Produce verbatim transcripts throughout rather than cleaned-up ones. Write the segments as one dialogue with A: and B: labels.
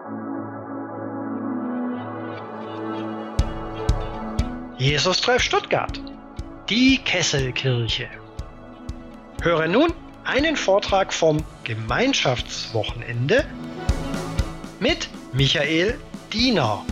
A: Jesus-Treff Stuttgart, die Kesselkirche. Höre nun einen Vortrag vom Gemeinschaftswochenende mit Michael Diener.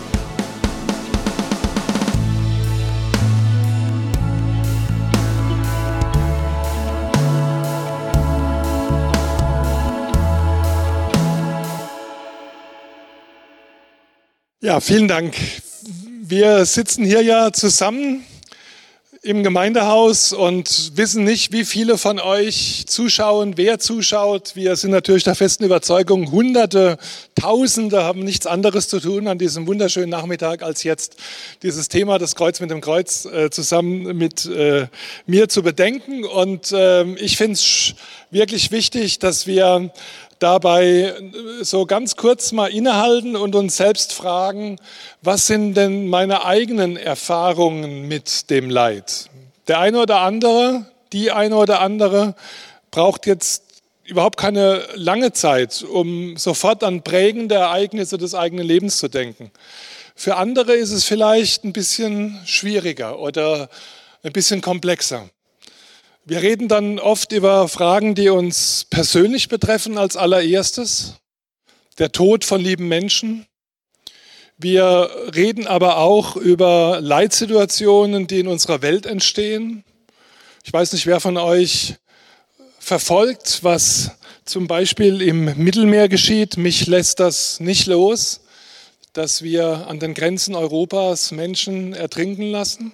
B: Ja, vielen Dank. Wir sitzen hier ja zusammen im Gemeindehaus und wissen nicht, wie viele von euch zuschauen, wer zuschaut. Wir sind natürlich der festen Überzeugung, Hunderte, Tausende haben nichts anderes zu tun an diesem wunderschönen Nachmittag, als jetzt dieses Thema, das Kreuz mit dem Kreuz, äh, zusammen mit äh, mir zu bedenken. Und äh, ich finde es wirklich wichtig, dass wir dabei so ganz kurz mal innehalten und uns selbst fragen, was sind denn meine eigenen Erfahrungen mit dem Leid? Der eine oder andere, die eine oder andere braucht jetzt überhaupt keine lange Zeit, um sofort an prägende Ereignisse des eigenen Lebens zu denken. Für andere ist es vielleicht ein bisschen schwieriger oder ein bisschen komplexer. Wir reden dann oft über Fragen, die uns persönlich betreffen als allererstes. Der Tod von lieben Menschen. Wir reden aber auch über Leitsituationen, die in unserer Welt entstehen. Ich weiß nicht, wer von euch verfolgt, was zum Beispiel im Mittelmeer geschieht. Mich lässt das nicht los, dass wir an den Grenzen Europas Menschen ertrinken lassen.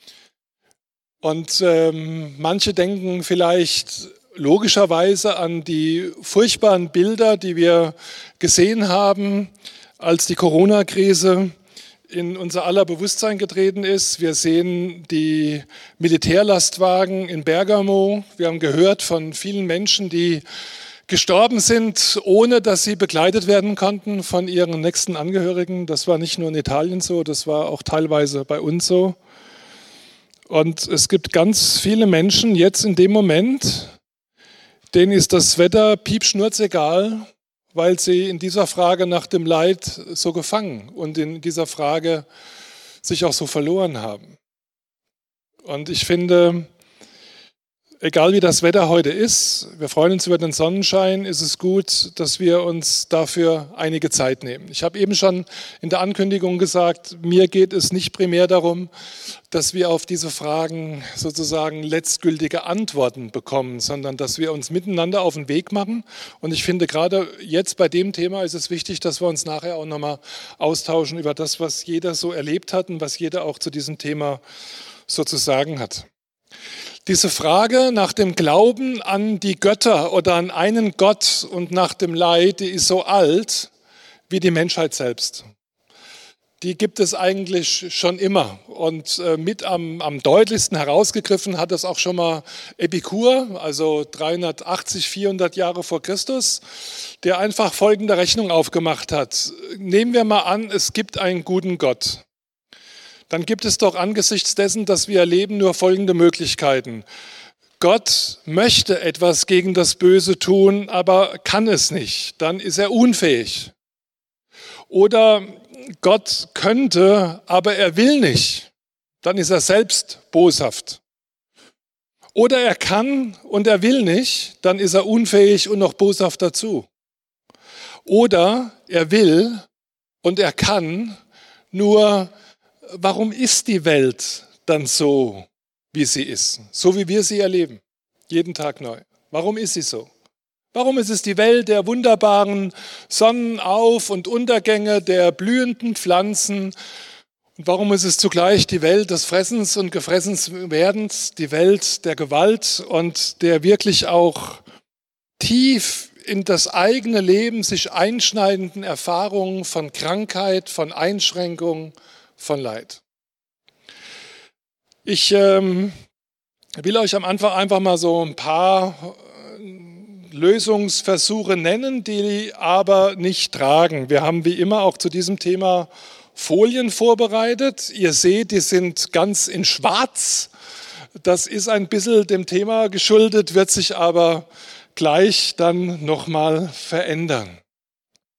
B: Und ähm, manche denken vielleicht logischerweise an die furchtbaren Bilder, die wir gesehen haben, als die Corona-Krise in unser aller Bewusstsein getreten ist. Wir sehen die Militärlastwagen in Bergamo. Wir haben gehört von vielen Menschen, die gestorben sind, ohne dass sie begleitet werden konnten von ihren nächsten Angehörigen. Das war nicht nur in Italien so, das war auch teilweise bei uns so. Und es gibt ganz viele Menschen jetzt in dem Moment, denen ist das Wetter piepschnurzegal, weil sie in dieser Frage nach dem Leid so gefangen und in dieser Frage sich auch so verloren haben. Und ich finde, egal wie das Wetter heute ist, wir freuen uns über den Sonnenschein, ist es gut, dass wir uns dafür einige Zeit nehmen. Ich habe eben schon in der Ankündigung gesagt, mir geht es nicht primär darum, dass wir auf diese Fragen sozusagen letztgültige Antworten bekommen, sondern dass wir uns miteinander auf den Weg machen. Und ich finde, gerade jetzt bei dem Thema ist es wichtig, dass wir uns nachher auch nochmal austauschen über das, was jeder so erlebt hat und was jeder auch zu diesem Thema so zu sagen hat. Diese Frage nach dem Glauben an die Götter oder an einen Gott und nach dem Leid, die ist so alt wie die Menschheit selbst. Die gibt es eigentlich schon immer. Und mit am, am deutlichsten herausgegriffen hat das auch schon mal Epikur, also dreihundertachtzig, vierhundert Jahre vor Christus, der einfach folgende Rechnung aufgemacht hat. Nehmen wir mal an, es gibt einen guten Gott. Dann gibt es doch angesichts dessen, dass wir erleben, nur folgende Möglichkeiten. Gott möchte etwas gegen das Böse tun, aber kann es nicht. Dann ist er unfähig. Oder Gott könnte, aber er will nicht. Dann ist er selbst boshaft. Oder er kann und er will nicht, dann ist er unfähig und noch boshaft dazu. Oder er will und er kann, nur warum ist die Welt dann so, wie sie ist? So wie wir sie erleben, jeden Tag neu. Warum ist sie so? Warum ist es die Welt der wunderbaren Sonnenauf- und Untergänge, der blühenden Pflanzen? Und warum ist es zugleich die Welt des Fressens und Gefressenswerdens, die Welt der Gewalt und der wirklich auch tief in das eigene Leben sich einschneidenden Erfahrungen von Krankheit, von Einschränkung, von Leid? Ich ähm, will euch am Anfang einfach mal so ein paar Lösungsversuche nennen, die aber nicht tragen. Wir haben wie immer auch zu diesem Thema Folien vorbereitet. Ihr seht, die sind ganz in schwarz. Das ist ein bisschen dem Thema geschuldet, wird sich aber gleich dann nochmal verändern.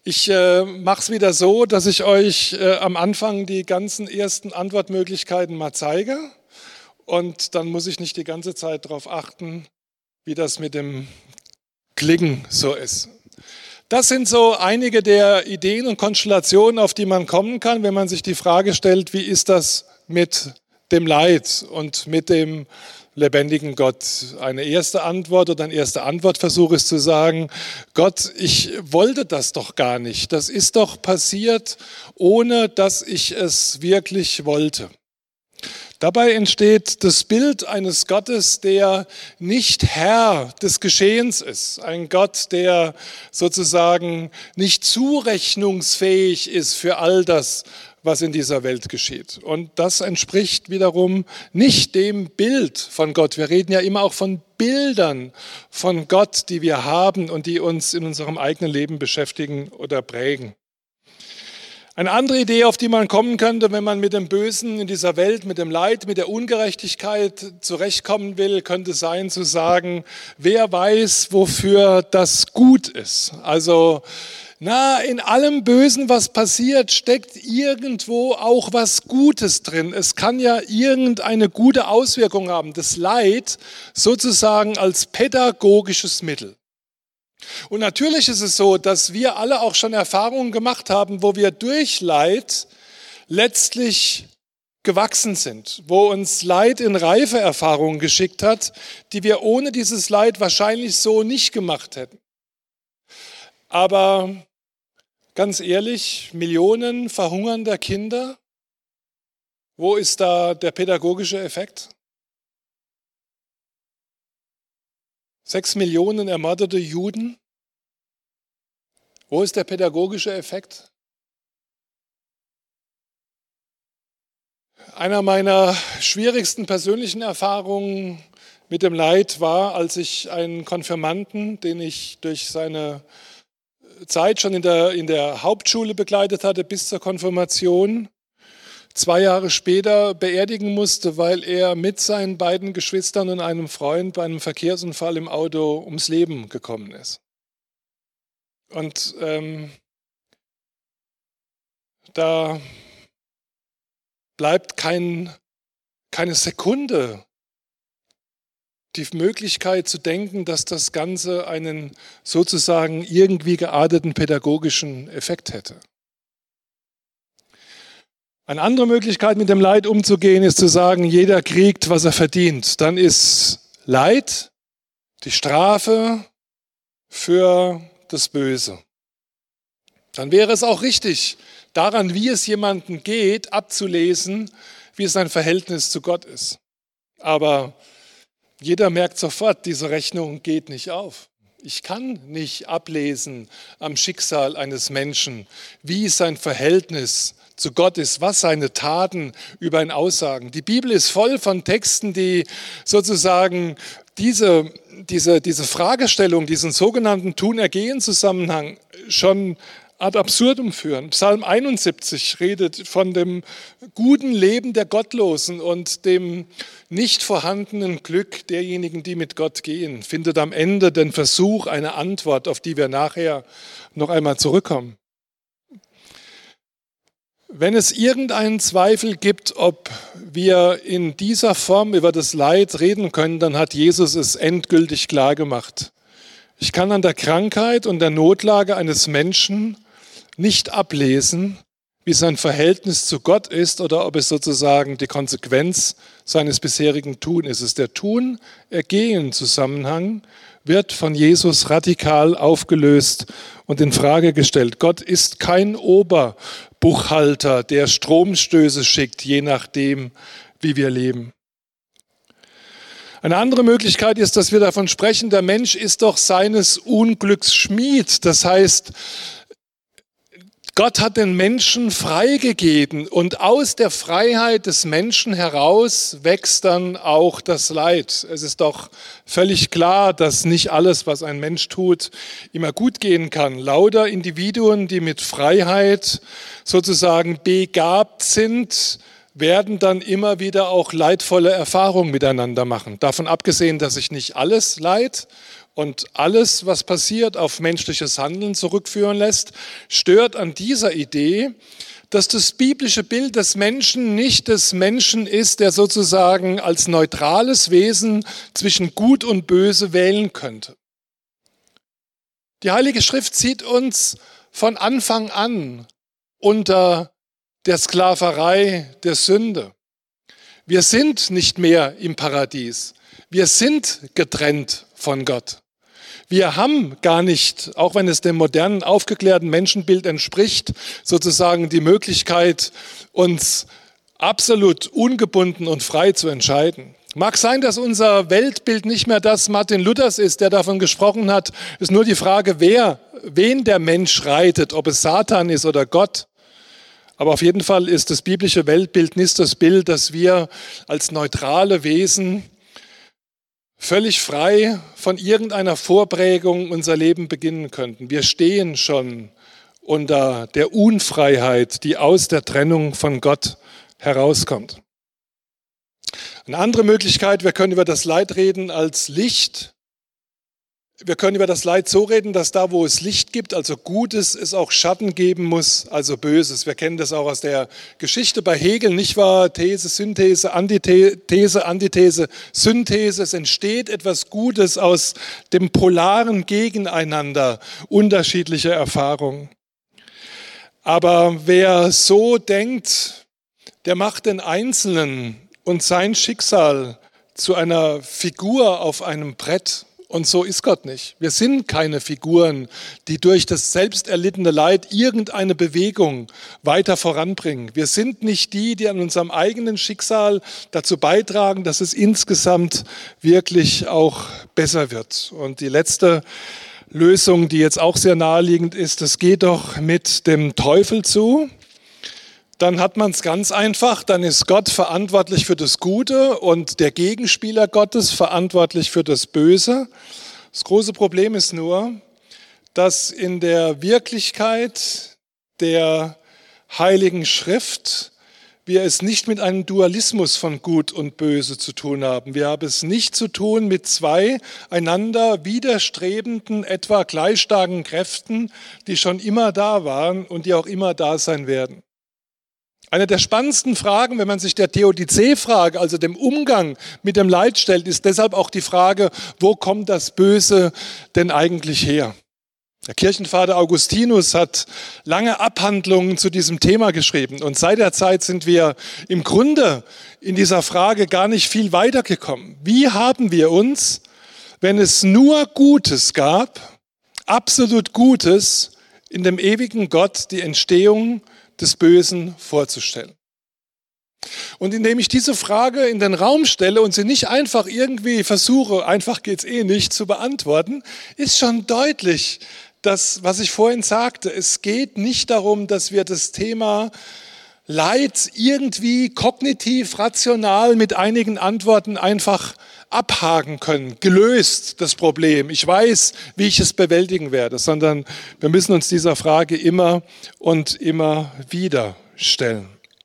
B: Ich äh, mache es wieder so, dass ich euch äh, am Anfang die ganzen ersten Antwortmöglichkeiten mal zeige. Und dann muss ich nicht die ganze Zeit darauf achten, wie das mit dem Klicken so ist. Das sind so einige der Ideen und Konstellationen, auf die man kommen kann, wenn man sich die Frage stellt, wie ist das mit dem Leid und mit dem lebendigen Gott. Eine erste Antwort oder ein erster Antwortversuch ist zu sagen, Gott, ich wollte das doch gar nicht. Das ist doch passiert, ohne dass ich es wirklich wollte. Dabei entsteht das Bild eines Gottes, der nicht Herr des Geschehens ist. Ein Gott, der sozusagen nicht zurechnungsfähig ist für all das, was in dieser Welt geschieht. Und das entspricht wiederum nicht dem Bild von Gott. Wir reden ja immer auch von Bildern von Gott, die wir haben und die uns in unserem eigenen Leben beschäftigen oder prägen. Eine andere Idee, auf die man kommen könnte, wenn man mit dem Bösen in dieser Welt, mit dem Leid, mit der Ungerechtigkeit zurechtkommen will, könnte sein zu sagen, wer weiß, wofür das gut ist. Also, na, in allem Bösen, was passiert, steckt irgendwo auch was Gutes drin. Es kann ja irgendeine gute Auswirkung haben. Das Leid sozusagen als pädagogisches Mittel. Und natürlich ist es so, dass wir alle auch schon Erfahrungen gemacht haben, wo wir durch Leid letztlich gewachsen sind, wo uns Leid in reife Erfahrungen geschickt hat, die wir ohne dieses Leid wahrscheinlich so nicht gemacht hätten. Aber ganz ehrlich, Millionen verhungernder Kinder, wo ist da der pädagogische Effekt? Sechs Millionen ermordete Juden. Wo ist der pädagogische Effekt? Einer meiner schwierigsten persönlichen Erfahrungen mit dem Leid war, als ich einen Konfirmanden, den ich durch seine Zeit schon in der, in der Hauptschule begleitet hatte, bis zur Konfirmation, zwei Jahre später beerdigen musste, weil er mit seinen beiden Geschwistern und einem Freund bei einem Verkehrsunfall im Auto ums Leben gekommen ist. Und ähm, da bleibt kein, keine Sekunde die Möglichkeit zu denken, dass das Ganze einen sozusagen irgendwie gearteten pädagogischen Effekt hätte. Eine andere Möglichkeit, mit dem Leid umzugehen, ist zu sagen, jeder kriegt, was er verdient. Dann ist Leid die Strafe für das Böse. Dann wäre es auch richtig, daran, wie es jemandem geht, abzulesen, wie sein Verhältnis zu Gott ist. Aber jeder merkt sofort, diese Rechnung geht nicht auf. Ich kann nicht ablesen am Schicksal eines Menschen, wie sein Verhältnis zu Gott ist, was seine Taten über ihn aussagen. Die Bibel ist voll von Texten, die sozusagen diese, diese, diese Fragestellung, diesen sogenannten Tun-Ergehen-Zusammenhang schon ad absurdum führen. Psalm einundsiebzig redet von dem guten Leben der Gottlosen und dem nicht vorhandenen Glück derjenigen, die mit Gott gehen. Findet am Ende den Versuch, eine Antwort, auf die wir nachher noch einmal zurückkommen. Wenn es irgendeinen Zweifel gibt, ob wir in dieser Form über das Leid reden können, dann hat Jesus es endgültig klar gemacht. Ich kann an der Krankheit und der Notlage eines Menschen nicht ablesen, wie sein Verhältnis zu Gott ist oder ob es sozusagen die Konsequenz seines bisherigen Tun ist. Es ist der Tun-Ergehen-Zusammenhang, wird von Jesus radikal aufgelöst und in Frage gestellt. Gott ist kein Oberbuchhalter, der Stromstöße schickt, je nachdem, wie wir leben. Eine andere Möglichkeit ist, dass wir davon sprechen, der Mensch ist doch seines Unglücks Schmied. Das heißt, Gott hat den Menschen freigegeben und aus der Freiheit des Menschen heraus wächst dann auch das Leid. Es ist doch völlig klar, dass nicht alles, was ein Mensch tut, immer gut gehen kann. Lauter Individuen, die mit Freiheit sozusagen begabt sind, werden dann immer wieder auch leidvolle Erfahrungen miteinander machen. Davon abgesehen, dass sich nicht alles Leid und alles, was passiert, auf menschliches Handeln zurückführen lässt, stört an dieser Idee, dass das biblische Bild des Menschen nicht des Menschen ist, der sozusagen als neutrales Wesen zwischen Gut und Böse wählen könnte. Die Heilige Schrift zieht uns von Anfang an unter der Sklaverei der Sünde. Wir sind nicht mehr im Paradies. Wir sind getrennt von Gott. Wir haben gar nicht, auch wenn es dem modernen, aufgeklärten Menschenbild entspricht, sozusagen die Möglichkeit, uns absolut ungebunden und frei zu entscheiden. Mag sein, dass unser Weltbild nicht mehr das Martin Luthers ist, der davon gesprochen hat, ist nur die Frage, wer, wen der Mensch reitet, ob es Satan ist oder Gott. Aber auf jeden Fall ist das biblische Weltbild nicht das Bild, dass wir als neutrale Wesen völlig frei von irgendeiner Vorprägung unser Leben beginnen könnten. Wir stehen schon unter der Unfreiheit, die aus der Trennung von Gott herauskommt. Eine andere Möglichkeit, wir können über das Leid reden als Licht. Wir können über das Leid so reden, dass da, wo es Licht gibt, also Gutes, es auch Schatten geben muss, also Böses. Wir kennen das auch aus der Geschichte bei Hegel, nicht wahr? These, Synthese, Antithese, Antithese, Synthese. Es entsteht etwas Gutes aus dem polaren Gegeneinander unterschiedlicher Erfahrungen. Aber wer so denkt, der macht den Einzelnen und sein Schicksal zu einer Figur auf einem Brett. Und so ist Gott nicht. Wir sind keine Figuren, die durch das selbst erlittene Leid irgendeine Bewegung weiter voranbringen. Wir sind nicht die, die an unserem eigenen Schicksal dazu beitragen, dass es insgesamt wirklich auch besser wird. Und die letzte Lösung, die jetzt auch sehr naheliegend ist, das geht doch mit dem Teufel zu. Dann hat man es ganz einfach, dann ist Gott verantwortlich für das Gute und der Gegenspieler Gottes verantwortlich für das Böse. Das große Problem ist nur, dass in der Wirklichkeit der Heiligen Schrift wir es nicht mit einem Dualismus von Gut und Böse zu tun haben. Wir haben es nicht zu tun mit zwei einander widerstrebenden, etwa gleich starken Kräften, die schon immer da waren und die auch immer da sein werden. Eine der spannendsten Fragen, wenn man sich der Theodizee-Frage, also dem Umgang mit dem Leid stellt, ist deshalb auch die Frage, wo kommt das Böse denn eigentlich her? Der Kirchenvater Augustinus hat lange Abhandlungen zu diesem Thema geschrieben und seit der Zeit sind wir im Grunde in dieser Frage gar nicht viel weitergekommen. Wie haben wir uns, wenn es nur Gutes gab, absolut Gutes, in dem ewigen Gott die Entstehung des Bösen vorzustellen? Und indem ich diese Frage in den Raum stelle und sie nicht einfach irgendwie versuche, einfach geht's eh nicht, zu beantworten, ist schon deutlich, dass, was ich vorhin sagte, es geht nicht darum, dass wir das Thema Leid irgendwie kognitiv, rational mit einigen Antworten einfach abhaken können, gelöst das Problem. Ich weiß, wie ich es bewältigen werde, sondern wir müssen uns dieser Frage immer und immer wieder stellen.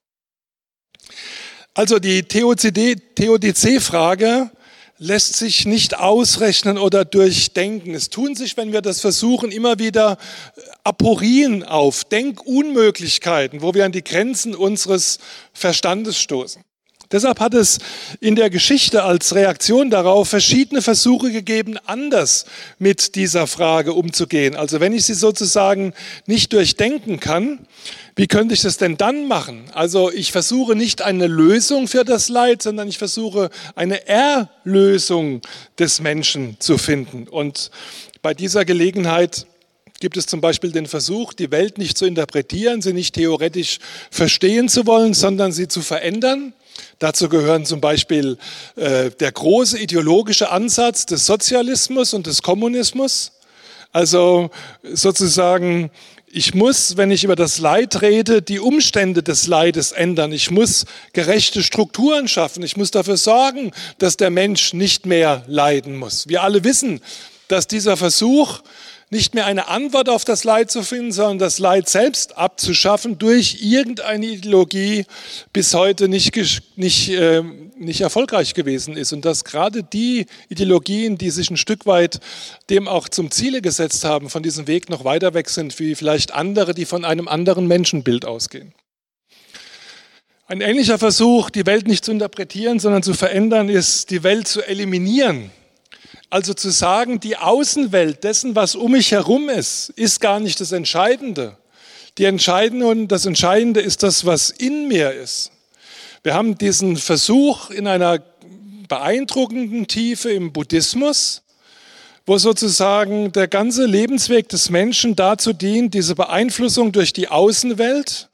B: Also die Theodizee-Frage lässt sich nicht ausrechnen oder durchdenken. Es tun sich, wenn wir das versuchen, immer wieder Aporien auf, Denkunmöglichkeiten, wo wir an die Grenzen unseres Verstandes stoßen. Deshalb hat es in der Geschichte als Reaktion darauf verschiedene Versuche gegeben, anders mit dieser Frage umzugehen. Also wenn ich sie sozusagen nicht durchdenken kann, wie könnte ich das denn dann machen? Also ich versuche nicht eine Lösung für das Leid, sondern ich versuche eine Erlösung des Menschen zu finden. Und bei dieser Gelegenheit gibt es zum Beispiel den Versuch, die Welt nicht zu interpretieren, sie nicht theoretisch verstehen zu wollen, sondern sie zu verändern. Dazu gehören zum Beispiel äh, der große ideologische Ansatz des Sozialismus und des Kommunismus. Also sozusagen, ich muss, wenn ich über das Leid rede, die Umstände des Leides ändern. Ich muss gerechte Strukturen schaffen. Ich muss dafür sorgen, dass der Mensch nicht mehr leiden muss. Wir alle wissen, dass dieser Versuch, nicht mehr eine Antwort auf das Leid zu finden, sondern das Leid selbst abzuschaffen durch irgendeine Ideologie bis heute nicht, nicht, äh, nicht erfolgreich gewesen ist. Und dass gerade die Ideologien, die sich ein Stück weit dem auch zum Ziele gesetzt haben, von diesem Weg noch weiter weg sind, wie vielleicht andere, die von einem anderen Menschenbild ausgehen. Ein ähnlicher Versuch, die Welt nicht zu interpretieren, sondern zu verändern, ist, die Welt zu eliminieren. Also zu sagen, die Außenwelt dessen, was um mich herum ist, ist gar nicht das Entscheidende. Die Entscheidende und das Entscheidende ist das, was in mir ist. Wir haben diesen Versuch in einer beeindruckenden Tiefe im Buddhismus, wo sozusagen der ganze Lebensweg des Menschen dazu dient, diese Beeinflussung durch die Außenwelt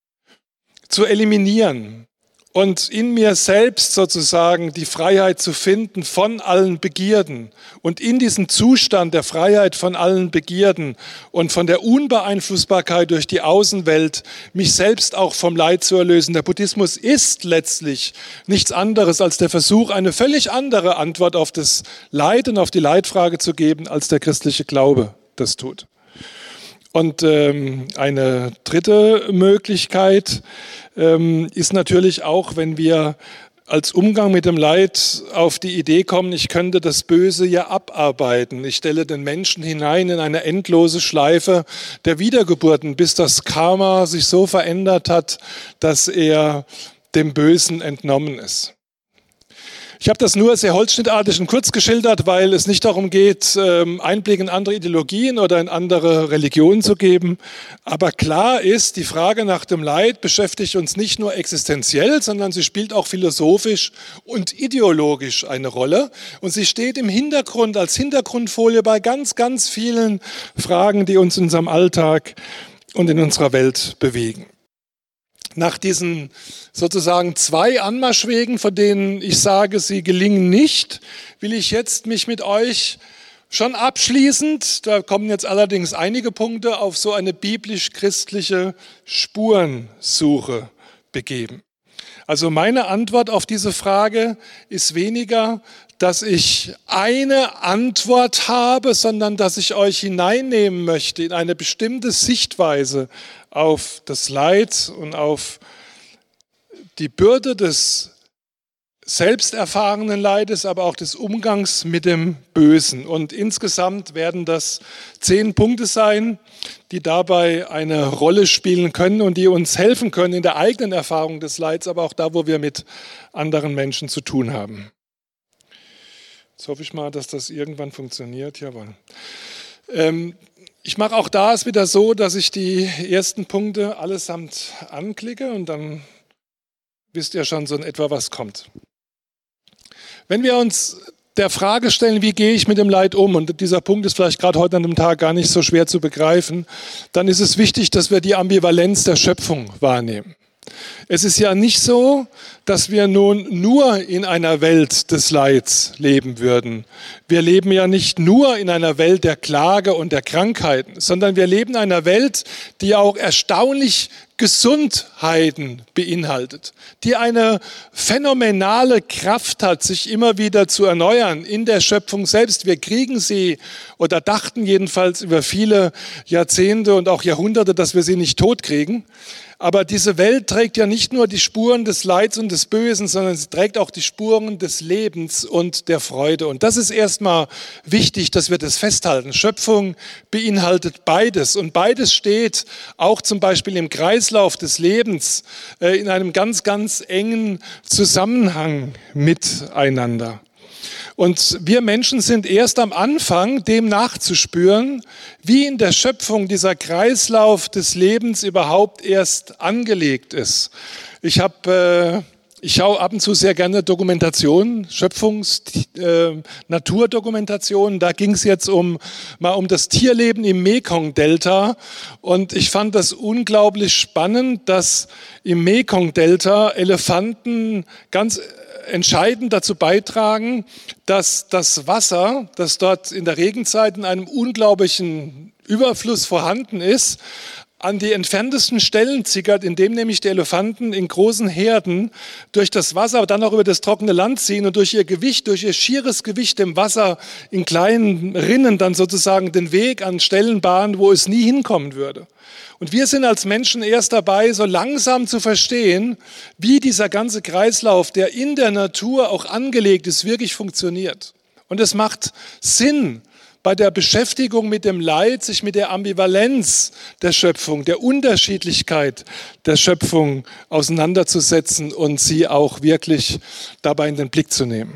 B: zu eliminieren. Und in mir selbst sozusagen die Freiheit zu finden von allen Begierden. Und in diesem Zustand der Freiheit von allen Begierden und von der Unbeeinflussbarkeit durch die Außenwelt, mich selbst auch vom Leid zu erlösen. Der Buddhismus ist letztlich nichts anderes als der Versuch, eine völlig andere Antwort auf das Leid und auf die Leidfrage zu geben, als der christliche Glaube das tut. Und ähm, eine dritte Möglichkeit ähm, ist natürlich auch, wenn wir als Umgang mit dem Leid auf die Idee kommen, ich könnte das Böse ja abarbeiten. Ich stelle den Menschen hinein in eine endlose Schleife der Wiedergeburten, bis das Karma sich so verändert hat, dass er dem Bösen entnommen ist. Ich habe das nur sehr holzschnittartig und kurz geschildert, weil es nicht darum geht, Einblick in andere Ideologien oder in andere Religionen zu geben. Aber klar ist, die Frage nach dem Leid beschäftigt uns nicht nur existenziell, sondern sie spielt auch philosophisch und ideologisch eine Rolle. Und sie steht im Hintergrund, als Hintergrundfolie bei ganz, ganz vielen Fragen, die uns in unserem Alltag und in unserer Welt bewegen. Nach diesen sozusagen zwei Anmarschwegen, von denen ich sage, sie gelingen nicht, will ich jetzt mich mit euch schon abschließend, da kommen jetzt allerdings einige Punkte, auf so eine biblisch-christliche Spurensuche begeben. Also meine Antwort auf diese Frage ist weniger, dass ich eine Antwort habe, sondern dass ich euch hineinnehmen möchte in eine bestimmte Sichtweise auf das Leid und auf die Bürde des selbst erfahrenen Leides, aber auch des Umgangs mit dem Bösen. Und insgesamt werden das zehn Punkte sein, die dabei eine Rolle spielen können und die uns helfen können in der eigenen Erfahrung des Leids, aber auch da, wo wir mit anderen Menschen zu tun haben. Jetzt hoffe ich mal, dass das irgendwann funktioniert. Jawohl. Ähm, ich mache auch da es wieder so, dass ich die ersten Punkte allesamt anklicke und dann wisst ihr schon so in etwa, was kommt. Wenn wir uns der Frage stellen, wie gehe ich mit dem Leid um, und dieser Punkt ist vielleicht gerade heute an dem Tag gar nicht so schwer zu begreifen, dann ist es wichtig, dass wir die Ambivalenz der Schöpfung wahrnehmen. Es ist ja nicht so, dass wir nun nur in einer Welt des Leids leben würden. Wir leben ja nicht nur in einer Welt der Klage und der Krankheiten, sondern wir leben in einer Welt, die auch erstaunlich Gesundheiten beinhaltet, die eine phänomenale Kraft hat, sich immer wieder zu erneuern in der Schöpfung selbst. Wir kriegen sie oder dachten jedenfalls über viele Jahrzehnte und auch Jahrhunderte, dass wir sie nicht tot kriegen. Aber diese Welt trägt ja nicht nur die Spuren des Leids und des Bösen, sondern sie trägt auch die Spuren des Lebens und der Freude. Und das ist erstmal wichtig, dass wir das festhalten. Schöpfung beinhaltet beides. Und beides steht auch zum Beispiel im Kreislauf des Lebens äh, in einem ganz, ganz engen Zusammenhang miteinander. Und wir Menschen sind erst am Anfang, dem nachzuspüren, wie in der Schöpfung dieser Kreislauf des Lebens überhaupt erst angelegt ist. Ich habe, äh, ich schaue ab und zu sehr gerne Dokumentationen, Schöpfungs-, äh, Naturdokumentationen. Da ging es jetzt um mal um das Tierleben im Mekong-Delta. Und ich fand das unglaublich spannend, dass im Mekong-Delta Elefanten ganz entscheidend dazu beitragen, dass das Wasser, das dort in der Regenzeit in einem unglaublichen Überfluss vorhanden ist, an die entferntesten Stellen zickert, indem nämlich die Elefanten in großen Herden durch das Wasser, dann auch über das trockene Land ziehen und durch ihr Gewicht, durch ihr schieres Gewicht dem Wasser in kleinen Rinnen dann sozusagen den Weg an Stellen bahnen, wo es nie hinkommen würde. Und wir sind als Menschen erst dabei, so langsam zu verstehen, wie dieser ganze Kreislauf, der in der Natur auch angelegt ist, wirklich funktioniert. Und es macht Sinn, bei der Beschäftigung mit dem Leid, sich mit der Ambivalenz der Schöpfung, der Unterschiedlichkeit der Schöpfung auseinanderzusetzen und sie auch wirklich dabei in den Blick zu nehmen.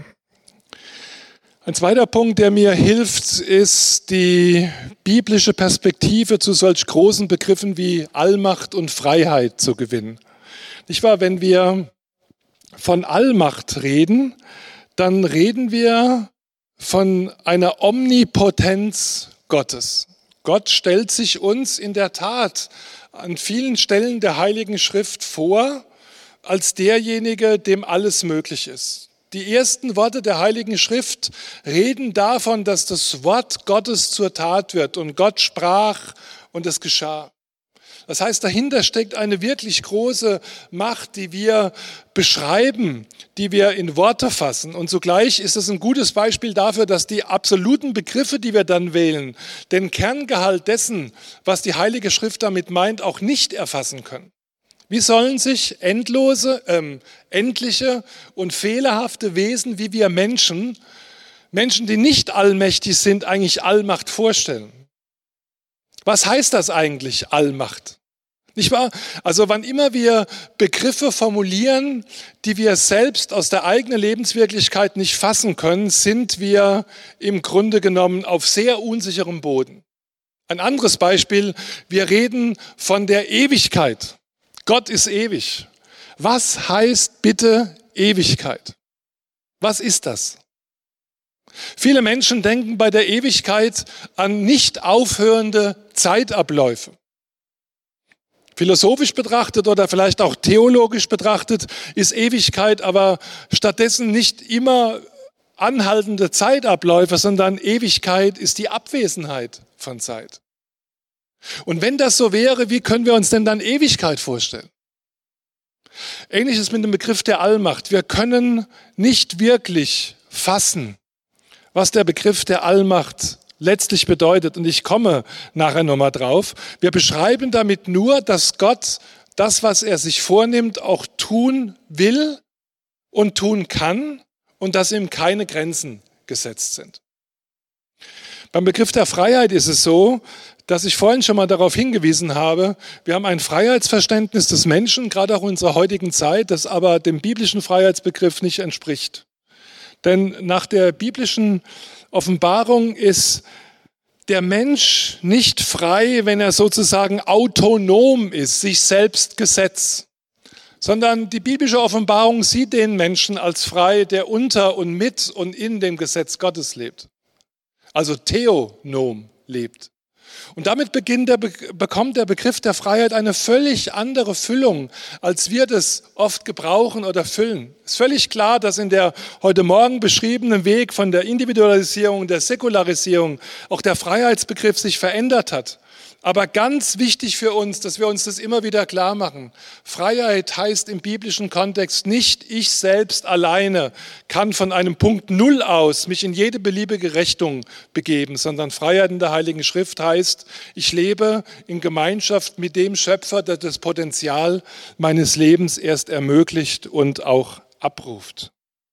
B: Ein zweiter Punkt, der mir hilft, ist die biblische Perspektive zu solch großen Begriffen wie Allmacht und Freiheit zu gewinnen. Nicht wahr? Wenn wir von Allmacht reden, dann reden wir von einer Omnipotenz Gottes. Gott stellt sich uns in der Tat an vielen Stellen der Heiligen Schrift vor, als derjenige, dem alles möglich ist. Die ersten Worte der Heiligen Schrift reden davon, dass das Wort Gottes zur Tat wird und Gott sprach und es geschah. Das heißt, dahinter steckt eine wirklich große Macht, die wir beschreiben, die wir in Worte fassen. Und zugleich ist es ein gutes Beispiel dafür, dass die absoluten Begriffe, die wir dann wählen, den Kerngehalt dessen, was die Heilige Schrift damit meint, auch nicht erfassen können. Wie sollen sich endlose, ähm, endliche und fehlerhafte Wesen wie wir Menschen, Menschen, die nicht allmächtig sind, eigentlich Allmacht vorstellen? Was heißt das eigentlich, Allmacht? Nicht wahr? Also wann immer wir Begriffe formulieren, die wir selbst aus der eigenen Lebenswirklichkeit nicht fassen können, sind wir im Grunde genommen auf sehr unsicherem Boden. Ein anderes Beispiel, wir reden von der Ewigkeit. Gott ist ewig. Was heißt bitte Ewigkeit? Was ist das? Viele Menschen denken bei der Ewigkeit an nicht aufhörende Zeitabläufe. Philosophisch betrachtet oder vielleicht auch theologisch betrachtet ist Ewigkeit aber stattdessen nicht immer anhaltende Zeitabläufe, sondern Ewigkeit ist die Abwesenheit von Zeit. Und wenn das so wäre, wie können wir uns denn dann Ewigkeit vorstellen? Ähnliches mit dem Begriff der Allmacht. Wir können nicht wirklich fassen, was der Begriff der Allmacht letztlich bedeutet. Und ich komme nachher nochmal drauf. Wir beschreiben damit nur, dass Gott das, was er sich vornimmt, auch tun will und tun kann und dass ihm keine Grenzen gesetzt sind. Beim Begriff der Freiheit ist es so, dass ich vorhin schon mal darauf hingewiesen habe, wir haben ein Freiheitsverständnis des Menschen, gerade auch in unserer heutigen Zeit, das aber dem biblischen Freiheitsbegriff nicht entspricht. Denn nach der biblischen Offenbarung ist der Mensch nicht frei, wenn er sozusagen autonom ist, sich selbst Gesetz, sondern die biblische Offenbarung sieht den Menschen als frei, der unter und mit und in dem Gesetz Gottes lebt. Also theonom lebt. Und damit beginnt der, bekommt der Begriff der Freiheit eine völlig andere Füllung, als wir das oft gebrauchen oder füllen. Es ist völlig klar, dass in der heute Morgen beschriebenen Weg von der Individualisierung, der Säkularisierung auch der Freiheitsbegriff sich verändert hat. Aber ganz wichtig für uns, dass wir uns das immer wieder klar machen. Freiheit heißt im biblischen Kontext nicht, ich selbst alleine kann von einem Punkt Null aus mich in jede beliebige Richtung begeben, sondern Freiheit in der Heiligen Schrift heißt, ich lebe in Gemeinschaft mit dem Schöpfer, der das Potenzial meines Lebens erst ermöglicht und auch abruft.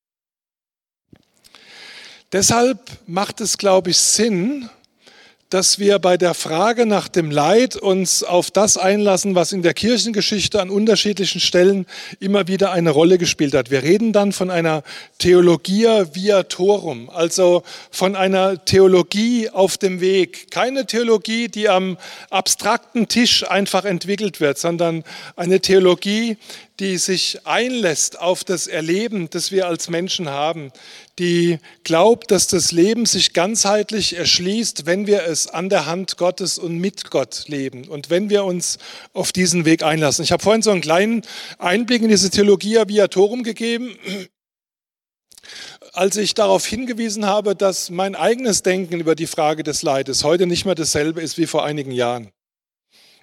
B: Deshalb macht es, glaube ich, Sinn, dass wir bei der Frage nach dem Leid uns auf das einlassen, was in der Kirchengeschichte an unterschiedlichen Stellen immer wieder eine Rolle gespielt hat. Wir reden dann von einer Theologia viatorum, also von einer Theologie auf dem Weg. Keine Theologie, die am abstrakten Tisch einfach entwickelt wird, sondern eine Theologie, die sich einlässt auf das Erleben, das wir als Menschen haben, die glaubt, dass das Leben sich ganzheitlich erschließt, wenn wir es an der Hand Gottes und mit Gott leben und wenn wir uns auf diesen Weg einlassen. Ich habe vorhin so einen kleinen Einblick in diese Theologia viatorum gegeben, als ich darauf hingewiesen habe, dass mein eigenes Denken über die Frage des Leides heute nicht mehr dasselbe ist wie vor einigen Jahren.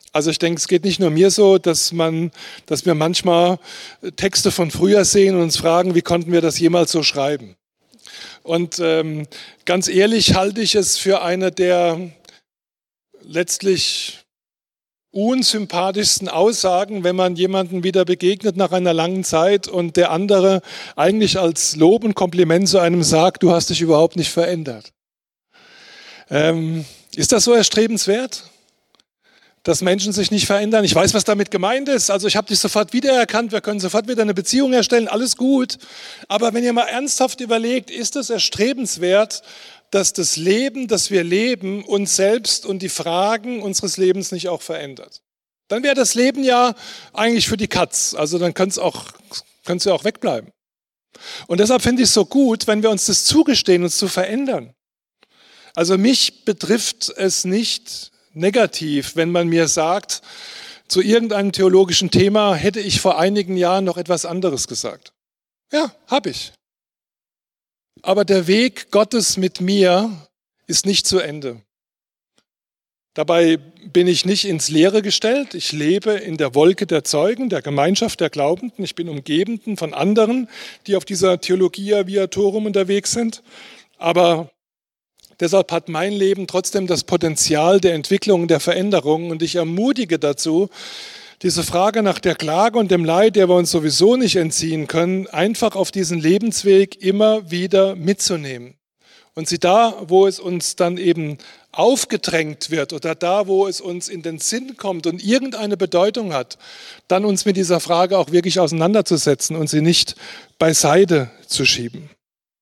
B: Also ich denke, es geht nicht nur mir so, dass, man, dass wir manchmal Texte von früher sehen und uns fragen, wie konnten wir das jemals so schreiben? Und ähm, ganz ehrlich halte ich es für eine der letztlich unsympathischsten Aussagen, wenn man jemandem wieder begegnet nach einer langen Zeit und der andere eigentlich als Lob und Kompliment zu einem sagt, du hast dich überhaupt nicht verändert. Ähm, ist das so erstrebenswert, dass Menschen sich nicht verändern? Ich weiß, was damit gemeint ist. Also ich habe dich sofort wiedererkannt, wir können sofort wieder eine Beziehung herstellen, alles gut. Aber wenn ihr mal ernsthaft überlegt, ist es erstrebenswert, dass das Leben, das wir leben, uns selbst und die Fragen unseres Lebens nicht auch verändert? Dann wäre das Leben ja eigentlich für die Katz. Also dann könnte es auch, könnte es ja auch wegbleiben. Und deshalb finde ich es so gut, wenn wir uns das zugestehen, uns zu verändern. Also mich betrifft es nicht negativ, wenn man mir sagt, zu irgendeinem theologischen Thema hätte ich vor einigen Jahren noch etwas anderes gesagt. Ja, habe ich. Aber der Weg Gottes mit mir ist nicht zu Ende. Dabei bin ich nicht ins Leere gestellt. Ich lebe in der Wolke der Zeugen, der Gemeinschaft der Glaubenden. Ich bin umgeben von anderen, die auf dieser Theologia Viatorum unterwegs sind. Aber deshalb hat mein Leben trotzdem das Potenzial der Entwicklung, der Veränderung. Und ich ermutige dazu, diese Frage nach der Klage und dem Leid, der wir uns sowieso nicht entziehen können, einfach auf diesen Lebensweg immer wieder mitzunehmen. Und sie da, wo es uns dann eben aufgedrängt wird oder da, wo es uns in den Sinn kommt und irgendeine Bedeutung hat, dann uns mit dieser Frage auch wirklich auseinanderzusetzen und sie nicht beiseite zu schieben.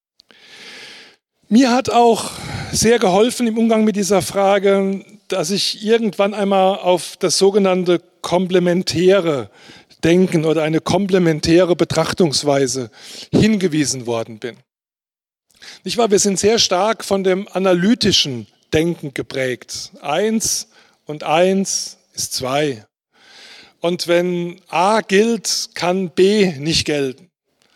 B: Mir hat auch sehr geholfen im Umgang mit dieser Frage, dass ich irgendwann einmal auf das sogenannte komplementäre Denken oder eine komplementäre Betrachtungsweise hingewiesen worden bin. Nicht wahr? Wir sind sehr stark von dem analytischen Denken geprägt. Eins und eins ist zwei. Und wenn A gilt, kann B nicht gelten.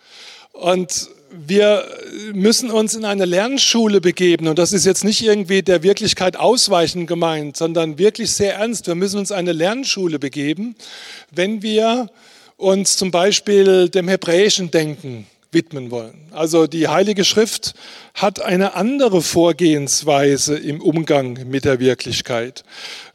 B: Und wir müssen uns in eine Lernschule begeben und das ist jetzt nicht irgendwie der Wirklichkeit ausweichen gemeint, sondern wirklich sehr ernst. Wir müssen uns eine Lernschule begeben, wenn wir uns zum Beispiel dem hebräischen Denken widmen wollen. Also die Heilige Schrift hat eine andere Vorgehensweise im Umgang mit der Wirklichkeit.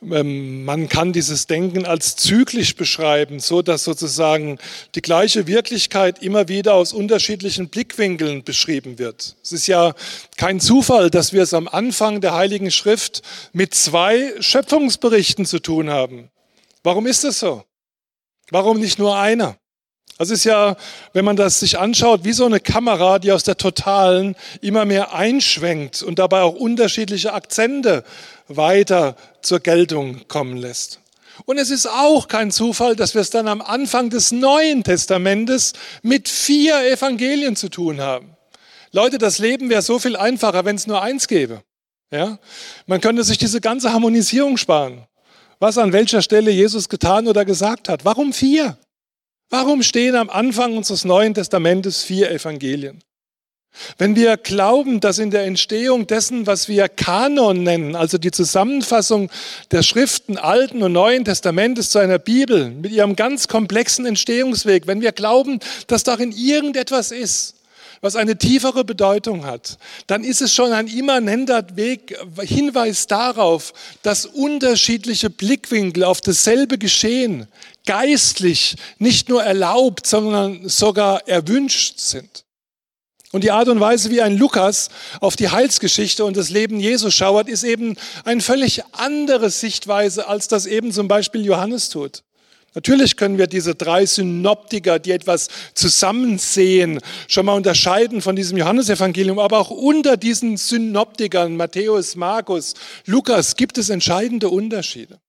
B: Man kann dieses Denken als zyklisch beschreiben, so dass sozusagen die gleiche Wirklichkeit immer wieder aus unterschiedlichen Blickwinkeln beschrieben wird. Es ist ja kein Zufall, dass wir es am Anfang der Heiligen Schrift mit zwei Schöpfungsberichten zu tun haben. Warum ist das so? Warum nicht nur einer? Das ist ja, wenn man das sich anschaut, wie so eine Kamera, die aus der Totalen immer mehr einschwenkt und dabei auch unterschiedliche Akzente weiter zur Geltung kommen lässt. Und es ist auch kein Zufall, dass wir es dann am Anfang des Neuen Testamentes mit vier Evangelien zu tun haben. Leute, das Leben wäre so viel einfacher, wenn es nur eins gäbe. Ja? Man könnte sich diese ganze Harmonisierung sparen. Was an welcher Stelle Jesus getan oder gesagt hat. Warum vier? Warum stehen am Anfang unseres Neuen Testamentes vier Evangelien? Wenn wir glauben, dass in der Entstehung dessen, was wir Kanon nennen, also die Zusammenfassung der Schriften Alten und Neuen Testamentes zu einer Bibel mit ihrem ganz komplexen Entstehungsweg, wenn wir glauben, dass darin irgendetwas ist, was eine tiefere Bedeutung hat, dann ist es schon ein immanenter Weg, Hinweis darauf, dass unterschiedliche Blickwinkel auf dasselbe Geschehen geistlich nicht nur erlaubt, sondern sogar erwünscht sind. Und die Art und Weise, wie ein Lukas auf die Heilsgeschichte und das Leben Jesu schauert, ist eben eine völlig andere Sichtweise, als das eben zum Beispiel Johannes tut. Natürlich können wir diese drei Synoptiker, die etwas zusammensehen, schon mal unterscheiden von diesem Johannesevangelium, aber auch unter diesen Synoptikern, Matthäus, Markus, Lukas, gibt es entscheidende Unterschiede.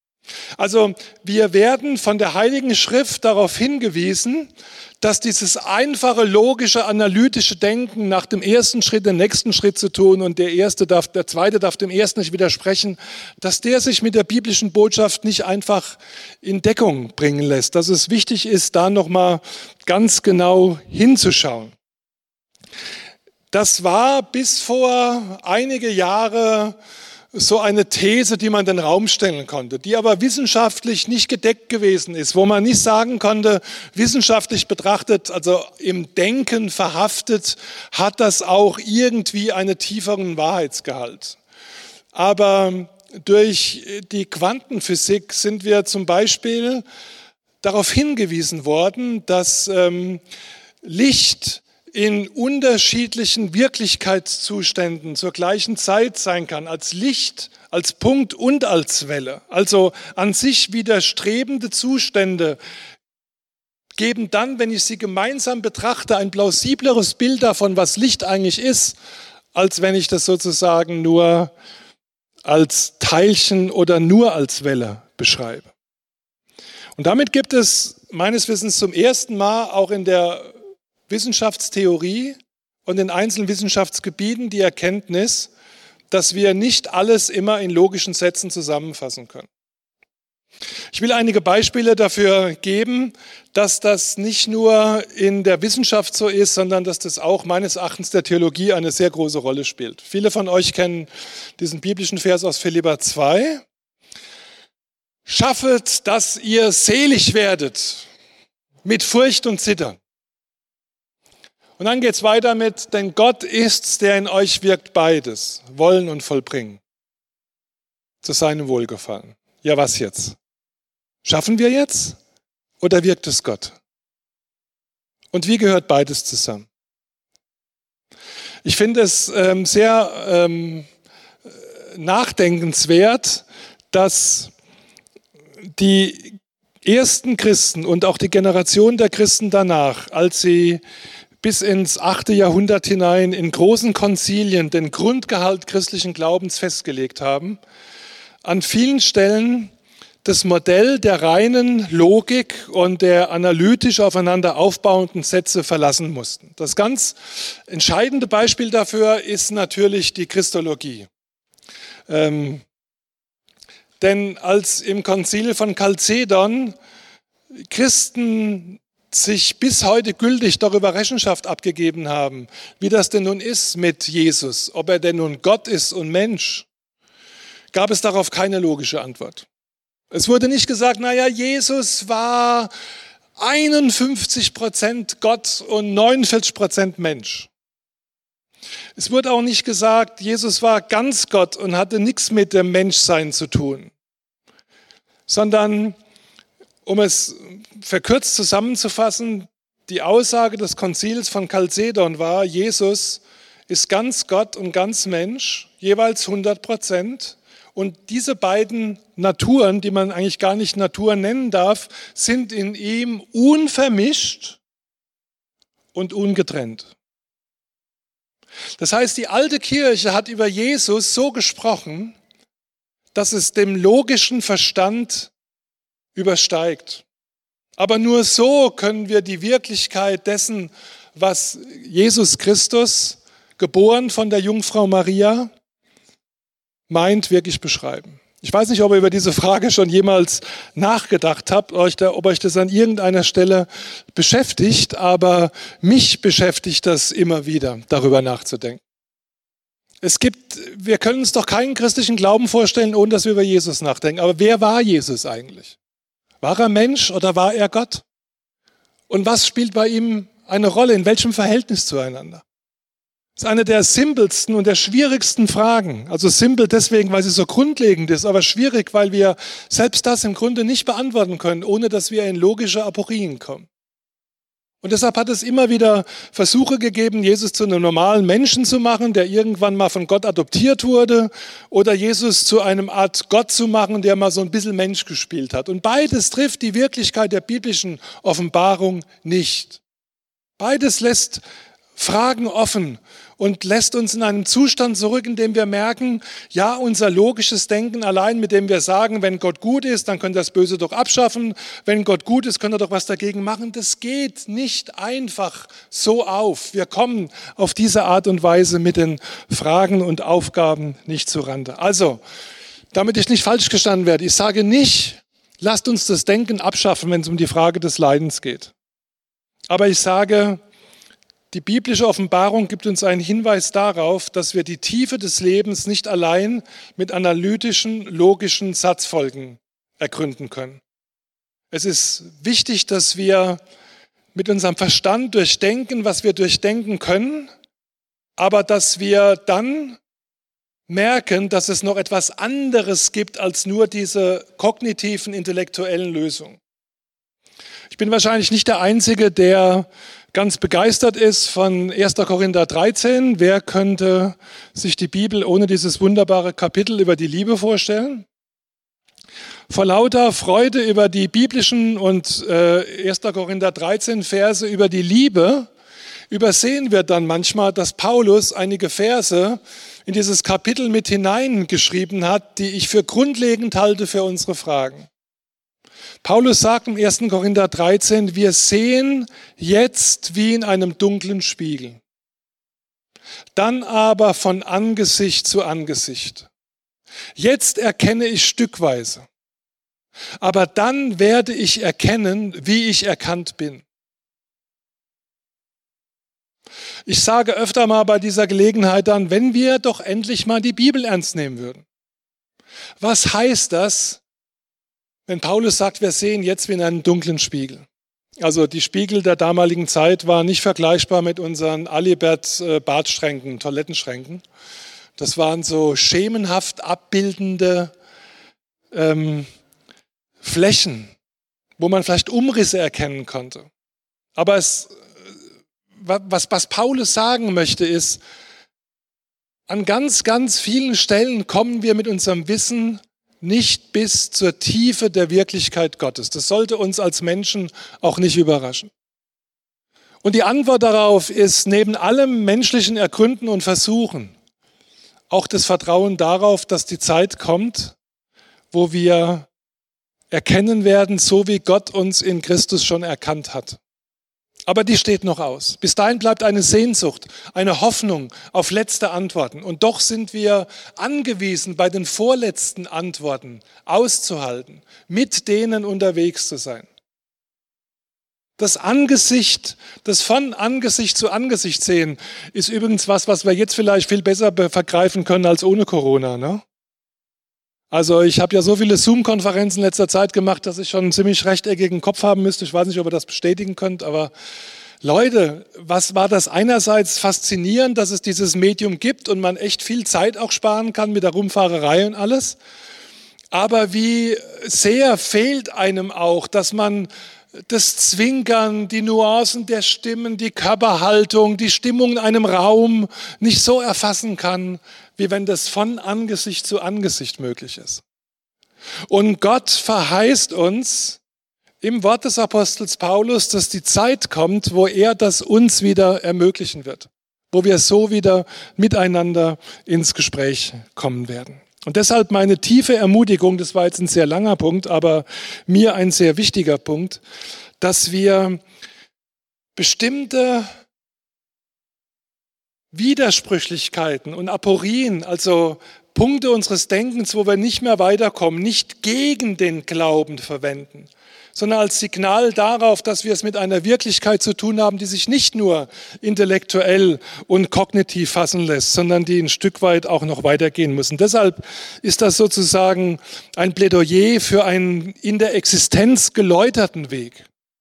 B: Also wir werden von der Heiligen Schrift darauf hingewiesen, dass dieses einfache, logische, analytische Denken nach dem ersten Schritt den nächsten Schritt zu tun und der erste darf, der zweite darf dem ersten nicht widersprechen, dass der sich mit der biblischen Botschaft nicht einfach in Deckung bringen lässt. Dass es wichtig ist, da nochmal ganz genau hinzuschauen. Das war bis vor einige Jahre so eine These, die man in den Raum stellen konnte, die aber wissenschaftlich nicht gedeckt gewesen ist, wo man nicht sagen konnte, wissenschaftlich betrachtet, also im Denken verhaftet, hat das auch irgendwie einen tieferen Wahrheitsgehalt. Aber durch die Quantenphysik sind wir zum Beispiel darauf hingewiesen worden, dass ähm, Licht in unterschiedlichen Wirklichkeitszuständen zur gleichen Zeit sein kann, als Licht, als Punkt und als Welle. Also an sich widerstrebende Zustände geben dann, wenn ich sie gemeinsam betrachte, ein plausibleres Bild davon, was Licht eigentlich ist, als wenn ich das sozusagen nur als Teilchen oder nur als Welle beschreibe. Und damit gibt es meines Wissens zum ersten Mal auch in der Wissenschaftstheorie und in einzelnen Wissenschaftsgebieten die Erkenntnis, dass wir nicht alles immer in logischen Sätzen zusammenfassen können. Ich will einige Beispiele dafür geben, dass das nicht nur in der Wissenschaft so ist, sondern dass das auch meines Erachtens der Theologie eine sehr große Rolle spielt. Viele von euch kennen diesen biblischen Vers aus Philipper zwei. Schaffet, dass ihr selig werdet mit Furcht und Zittern. Und dann geht es weiter mit, denn Gott ist's, der in euch wirkt beides, wollen und vollbringen, zu seinem Wohlgefallen. Ja, was jetzt? Schaffen wir jetzt oder wirkt es Gott? Und wie gehört beides zusammen? Ich finde es ähm, sehr ähm, nachdenkenswert, dass die ersten Christen und auch die Generation der Christen danach, als sie bis ins achte Jahrhundert hinein in großen Konzilien den Grundgehalt christlichen Glaubens festgelegt haben, an vielen Stellen das Modell der reinen Logik und der analytisch aufeinander aufbauenden Sätze verlassen mussten. Das ganz entscheidende Beispiel dafür ist natürlich die Christologie. Ähm, denn als im Konzil von Chalcedon Christen sich bis heute gültig darüber Rechenschaft abgegeben haben, wie das denn nun ist mit Jesus, ob er denn nun Gott ist und Mensch, gab es darauf keine logische Antwort. Es wurde nicht gesagt, naja, Jesus war einundfünfzig Prozent Gott und neunundvierzig Prozent Mensch. Es wurde auch nicht gesagt, Jesus war ganz Gott und hatte nichts mit dem Menschsein zu tun, sondern um es verkürzt zusammenzufassen, die Aussage des Konzils von Chalcedon war, Jesus ist ganz Gott und ganz Mensch, jeweils hundert Prozent. Und diese beiden Naturen, die man eigentlich gar nicht Natur nennen darf, sind in ihm unvermischt und ungetrennt. Das heißt, die alte Kirche hat über Jesus so gesprochen, dass es dem logischen Verstand übersteigt. Aber nur so können wir die Wirklichkeit dessen, was Jesus Christus, geboren von der Jungfrau Maria, meint, wirklich beschreiben. Ich weiß nicht, ob ihr über diese Frage schon jemals nachgedacht habt, ob euch das an irgendeiner Stelle beschäftigt, aber mich beschäftigt das immer wieder, darüber nachzudenken. Es gibt, wir können uns doch keinen christlichen Glauben vorstellen, ohne dass wir über Jesus nachdenken. Aber wer war Jesus eigentlich? War er Mensch oder war er Gott? Und was spielt bei ihm eine Rolle? In welchem Verhältnis zueinander? Das ist eine der simpelsten und der schwierigsten Fragen. Also simpel deswegen, weil sie so grundlegend ist, aber schwierig, weil wir selbst das im Grunde nicht beantworten können, ohne dass wir in logische Aporien kommen. Und deshalb hat es immer wieder Versuche gegeben, Jesus zu einem normalen Menschen zu machen, der irgendwann mal von Gott adoptiert wurde, oder Jesus zu einem Art Gott zu machen, der mal so ein bisschen Mensch gespielt hat. Und beides trifft die Wirklichkeit der biblischen Offenbarung nicht. Beides lässt Fragen offen und lässt uns in einen Zustand zurück, in dem wir merken, ja, unser logisches Denken allein, mit dem wir sagen, wenn Gott gut ist, dann könnte er das Böse doch abschaffen, wenn Gott gut ist, könnte er doch was dagegen machen. Das geht nicht einfach so auf. Wir kommen auf diese Art und Weise mit den Fragen und Aufgaben nicht zurande. Also, damit ich nicht falsch gestanden werde, ich sage nicht, lasst uns das Denken abschaffen, wenn es um die Frage des Leidens geht. Aber ich sage, Die biblische Offenbarung gibt uns einen Hinweis darauf, dass wir die Tiefe des Lebens nicht allein mit analytischen, logischen Satzfolgen ergründen können. Es ist wichtig, dass wir mit unserem Verstand durchdenken, was wir durchdenken können, aber dass wir dann merken, dass es noch etwas anderes gibt als nur diese kognitiven, intellektuellen Lösungen. Ich bin wahrscheinlich nicht der Einzige, der ganz begeistert ist von erster Korinther dreizehn. Wer könnte sich die Bibel ohne dieses wunderbare Kapitel über die Liebe vorstellen? Vor lauter Freude über die biblischen und äh, erster Korinther dreizehn Verse über die Liebe übersehen wir dann manchmal, dass Paulus einige Verse in dieses Kapitel mit hineingeschrieben hat, die ich für grundlegend halte für unsere Fragen. Paulus sagt im erster Korinther dreizehn, wir sehen jetzt wie in einem dunklen Spiegel, dann aber von Angesicht zu Angesicht. Jetzt erkenne ich stückweise, aber dann werde ich erkennen, wie ich erkannt bin. Ich sage öfter mal bei dieser Gelegenheit dann, wenn wir doch endlich mal die Bibel ernst nehmen würden. Was heißt das, wenn Paulus sagt, wir sehen jetzt wie in einem dunklen Spiegel? Also die Spiegel der damaligen Zeit waren nicht vergleichbar mit unseren Alibert-Badschränken, Toilettenschränken. Das waren so schemenhaft abbildende ähm, Flächen, wo man vielleicht Umrisse erkennen konnte. Aber es, was, was Paulus sagen möchte, ist, an ganz, ganz vielen Stellen kommen wir mit unserem Wissen nicht bis zur Tiefe der Wirklichkeit Gottes. Das sollte uns als Menschen auch nicht überraschen. Und die Antwort darauf ist neben allem menschlichen Ergründen und Versuchen auch das Vertrauen darauf, dass die Zeit kommt, wo wir erkennen werden, so wie Gott uns in Christus schon erkannt hat. Aber die steht noch aus. Bis dahin bleibt eine Sehnsucht, eine Hoffnung auf letzte Antworten. Und doch sind wir angewiesen, bei den vorletzten Antworten auszuhalten, mit denen unterwegs zu sein. Das Angesicht, das von Angesicht zu Angesicht sehen, ist übrigens was, was wir jetzt vielleicht viel besser vergreifen können als ohne Corona, ne? Also ich habe ja so viele Zoom-Konferenzen in letzter Zeit gemacht, dass ich schon einen ziemlich rechteckigen Kopf haben müsste. Ich weiß nicht, ob ihr das bestätigen könnt, aber Leute, was war das einerseits faszinierend, dass es dieses Medium gibt und man echt viel Zeit auch sparen kann mit der Rumfahrerei und alles. Aber wie sehr fehlt einem auch, dass man das Zwinkern, die Nuancen der Stimmen, die Körperhaltung, die Stimmung in einem Raum nicht so erfassen kann, wie wenn das von Angesicht zu Angesicht möglich ist. Und Gott verheißt uns im Wort des Apostels Paulus, dass die Zeit kommt, wo er das uns wieder ermöglichen wird, wo wir so wieder miteinander ins Gespräch kommen werden. Und deshalb meine tiefe Ermutigung, das war jetzt ein sehr langer Punkt, aber mir ein sehr wichtiger Punkt, dass wir bestimmte Widersprüchlichkeiten und Aporien, also Punkte unseres Denkens, wo wir nicht mehr weiterkommen, nicht gegen den Glauben verwenden, sondern als Signal darauf, dass wir es mit einer Wirklichkeit zu tun haben, die sich nicht nur intellektuell und kognitiv fassen lässt, sondern die ein Stück weit auch noch weitergehen muss. Und deshalb ist das sozusagen ein Plädoyer für einen in der Existenz geläuterten Weg.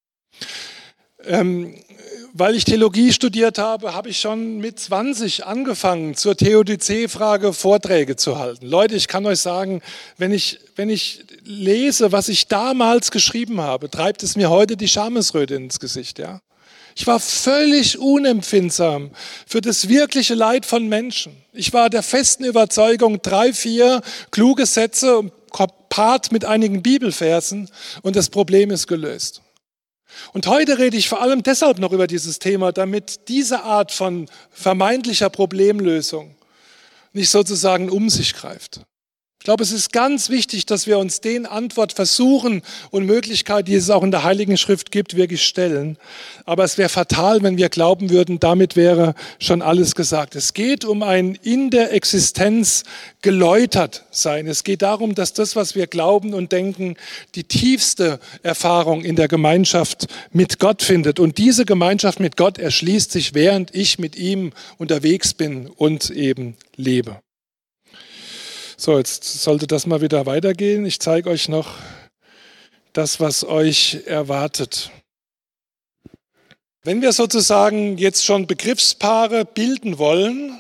B: Ähm, Weil ich Theologie studiert habe, habe ich schon mit zwanzig angefangen, zur Theodizee-Frage Vorträge zu halten. Leute, ich kann euch sagen, wenn ich, wenn ich lese, was ich damals geschrieben habe, treibt es mir heute die Schamesröte ins Gesicht. Ja? Ich war völlig unempfindsam für das wirkliche Leid von Menschen. Ich war der festen Überzeugung, drei, vier kluge Sätze, gepaart mit einigen Bibelversen und das Problem ist gelöst. Und heute rede ich vor allem deshalb noch über dieses Thema, damit diese Art von vermeintlicher Problemlösung nicht sozusagen um sich greift. Ich glaube, es ist ganz wichtig, dass wir uns den Antwort versuchen und Möglichkeit, die es auch in der Heiligen Schrift gibt, wirklich stellen. Aber es wäre fatal, wenn wir glauben würden, damit wäre schon alles gesagt. Es geht um ein in der Existenz geläutert sein. Es geht darum, dass das, was wir glauben und denken, die tiefste Erfahrung in der Gemeinschaft mit Gott findet. Und diese Gemeinschaft mit Gott erschließt sich, während ich mit ihm unterwegs bin und eben lebe. So, jetzt sollte das mal wieder weitergehen. Ich zeige euch noch das, was euch erwartet. Wenn wir sozusagen jetzt schon Begriffspaare bilden wollen,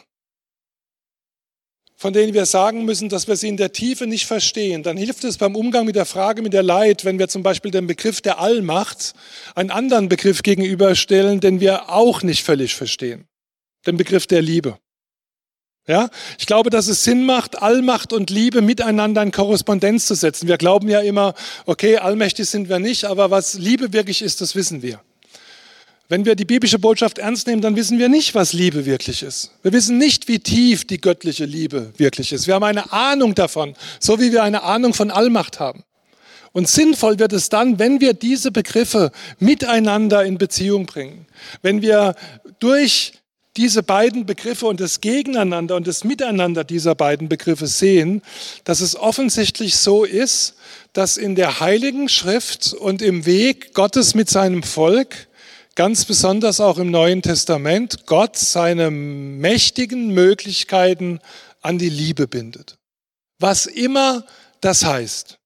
B: von denen wir sagen müssen, dass wir sie in der Tiefe nicht verstehen, dann hilft es beim Umgang mit der Frage mit der Leid, wenn wir zum Beispiel den Begriff der Allmacht einen anderen Begriff gegenüberstellen, den wir auch nicht völlig verstehen, den Begriff der Liebe. Ja, ich glaube, dass es Sinn macht, Allmacht und Liebe miteinander in Korrespondenz zu setzen. Wir glauben ja immer, okay, allmächtig sind wir nicht, aber was Liebe wirklich ist, das wissen wir. Wenn wir die biblische Botschaft ernst nehmen, dann wissen wir nicht, was Liebe wirklich ist. Wir wissen nicht, wie tief die göttliche Liebe wirklich ist. Wir haben eine Ahnung davon, so wie wir eine Ahnung von Allmacht haben. Und sinnvoll wird es dann, wenn wir diese Begriffe miteinander in Beziehung bringen. Wenn wir durch diese beiden Begriffe und das Gegeneinander und das Miteinander dieser beiden Begriffe sehen, dass es offensichtlich so ist, dass in der Heiligen Schrift und im Weg Gottes mit seinem Volk, ganz besonders auch im Neuen Testament, Gott seine mächtigen Möglichkeiten an die Liebe bindet. Was immer das heißt.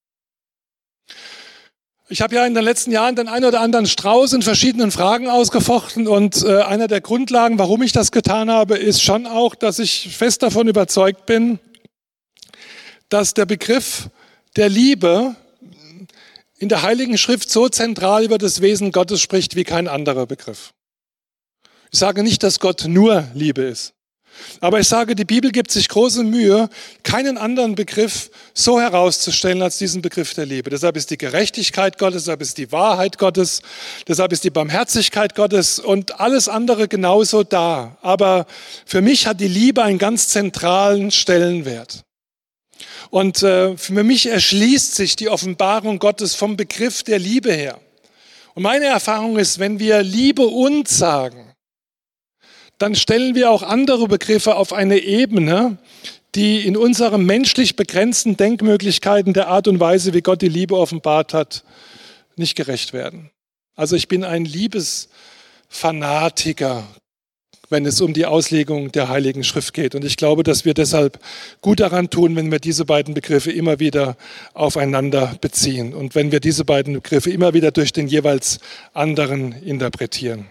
B: Ich habe ja in den letzten Jahren den einen oder anderen Strauß in verschiedenen Fragen ausgefochten und äh, einer der Grundlagen, warum ich das getan habe, ist schon auch, dass ich fest davon überzeugt bin, dass der Begriff der Liebe in der Heiligen Schrift so zentral über das Wesen Gottes spricht wie kein anderer Begriff. Ich sage nicht, dass Gott nur Liebe ist. Aber ich sage, die Bibel gibt sich große Mühe, keinen anderen Begriff so herauszustellen als diesen Begriff der Liebe. Deshalb ist die Gerechtigkeit Gottes, deshalb ist die Wahrheit Gottes, deshalb ist die Barmherzigkeit Gottes und alles andere genauso da. Aber für mich hat die Liebe einen ganz zentralen Stellenwert. Und äh, für mich erschließt sich die Offenbarung Gottes vom Begriff der Liebe her. Und meine Erfahrung ist, wenn wir Liebe uns sagen, dann stellen wir auch andere Begriffe auf eine Ebene, die in unseren menschlich begrenzten Denkmöglichkeiten der Art und Weise, wie Gott die Liebe offenbart hat, nicht gerecht werden. Also ich bin ein Liebesfanatiker, wenn es um die Auslegung der Heiligen Schrift geht. Und ich glaube, dass wir deshalb gut daran tun, wenn wir diese beiden Begriffe immer wieder aufeinander beziehen und wenn wir diese beiden Begriffe immer wieder durch den jeweils anderen interpretieren.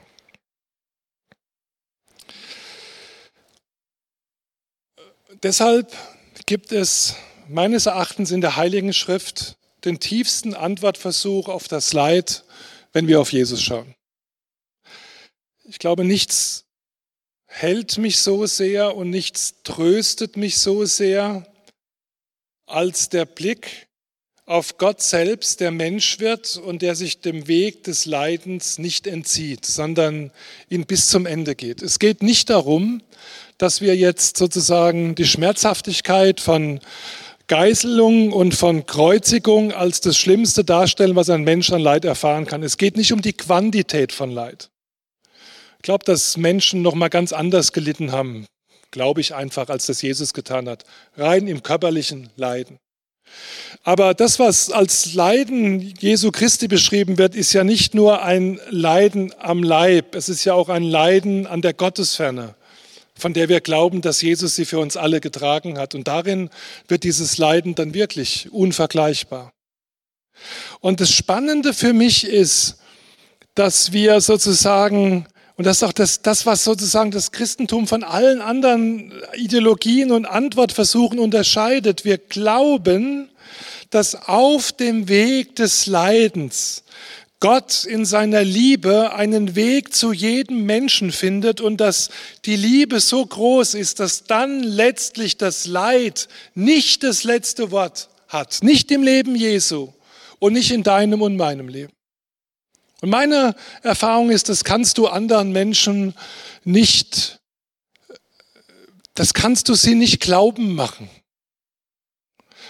B: Deshalb gibt es meines Erachtens in der Heiligen Schrift den tiefsten Antwortversuch auf das Leid, wenn wir auf Jesus schauen. Ich glaube, nichts hält mich so sehr und nichts tröstet mich so sehr als der Blick auf Gott selbst, der Mensch wird und der sich dem Weg des Leidens nicht entzieht, sondern ihn bis zum Ende geht. Es geht nicht darum, dass wir jetzt sozusagen die Schmerzhaftigkeit von Geißelung und von Kreuzigung als das Schlimmste darstellen, was ein Mensch an Leid erfahren kann. Es geht nicht um die Quantität von Leid. Ich glaube, dass Menschen noch mal ganz anders gelitten haben, glaube ich einfach, als das Jesus getan hat. Rein im körperlichen Leiden. Aber das, was als Leiden Jesu Christi beschrieben wird, ist ja nicht nur ein Leiden am Leib. Es ist ja auch ein Leiden an der Gottesferne, von der wir glauben, dass Jesus sie für uns alle getragen hat. Und darin wird dieses Leiden dann wirklich unvergleichbar. Und das Spannende für mich ist, dass wir sozusagen, und das ist auch das, das, was sozusagen das Christentum von allen anderen Ideologien und Antwortversuchen unterscheidet. Wir glauben, dass auf dem Weg des Leidens Gott in seiner Liebe einen Weg zu jedem Menschen findet und dass die Liebe so groß ist, dass dann letztlich das Leid nicht das letzte Wort hat, nicht im Leben Jesu und nicht in deinem und meinem Leben. Und meine Erfahrung ist, das kannst du anderen Menschen nicht, das kannst du sie nicht glauben machen.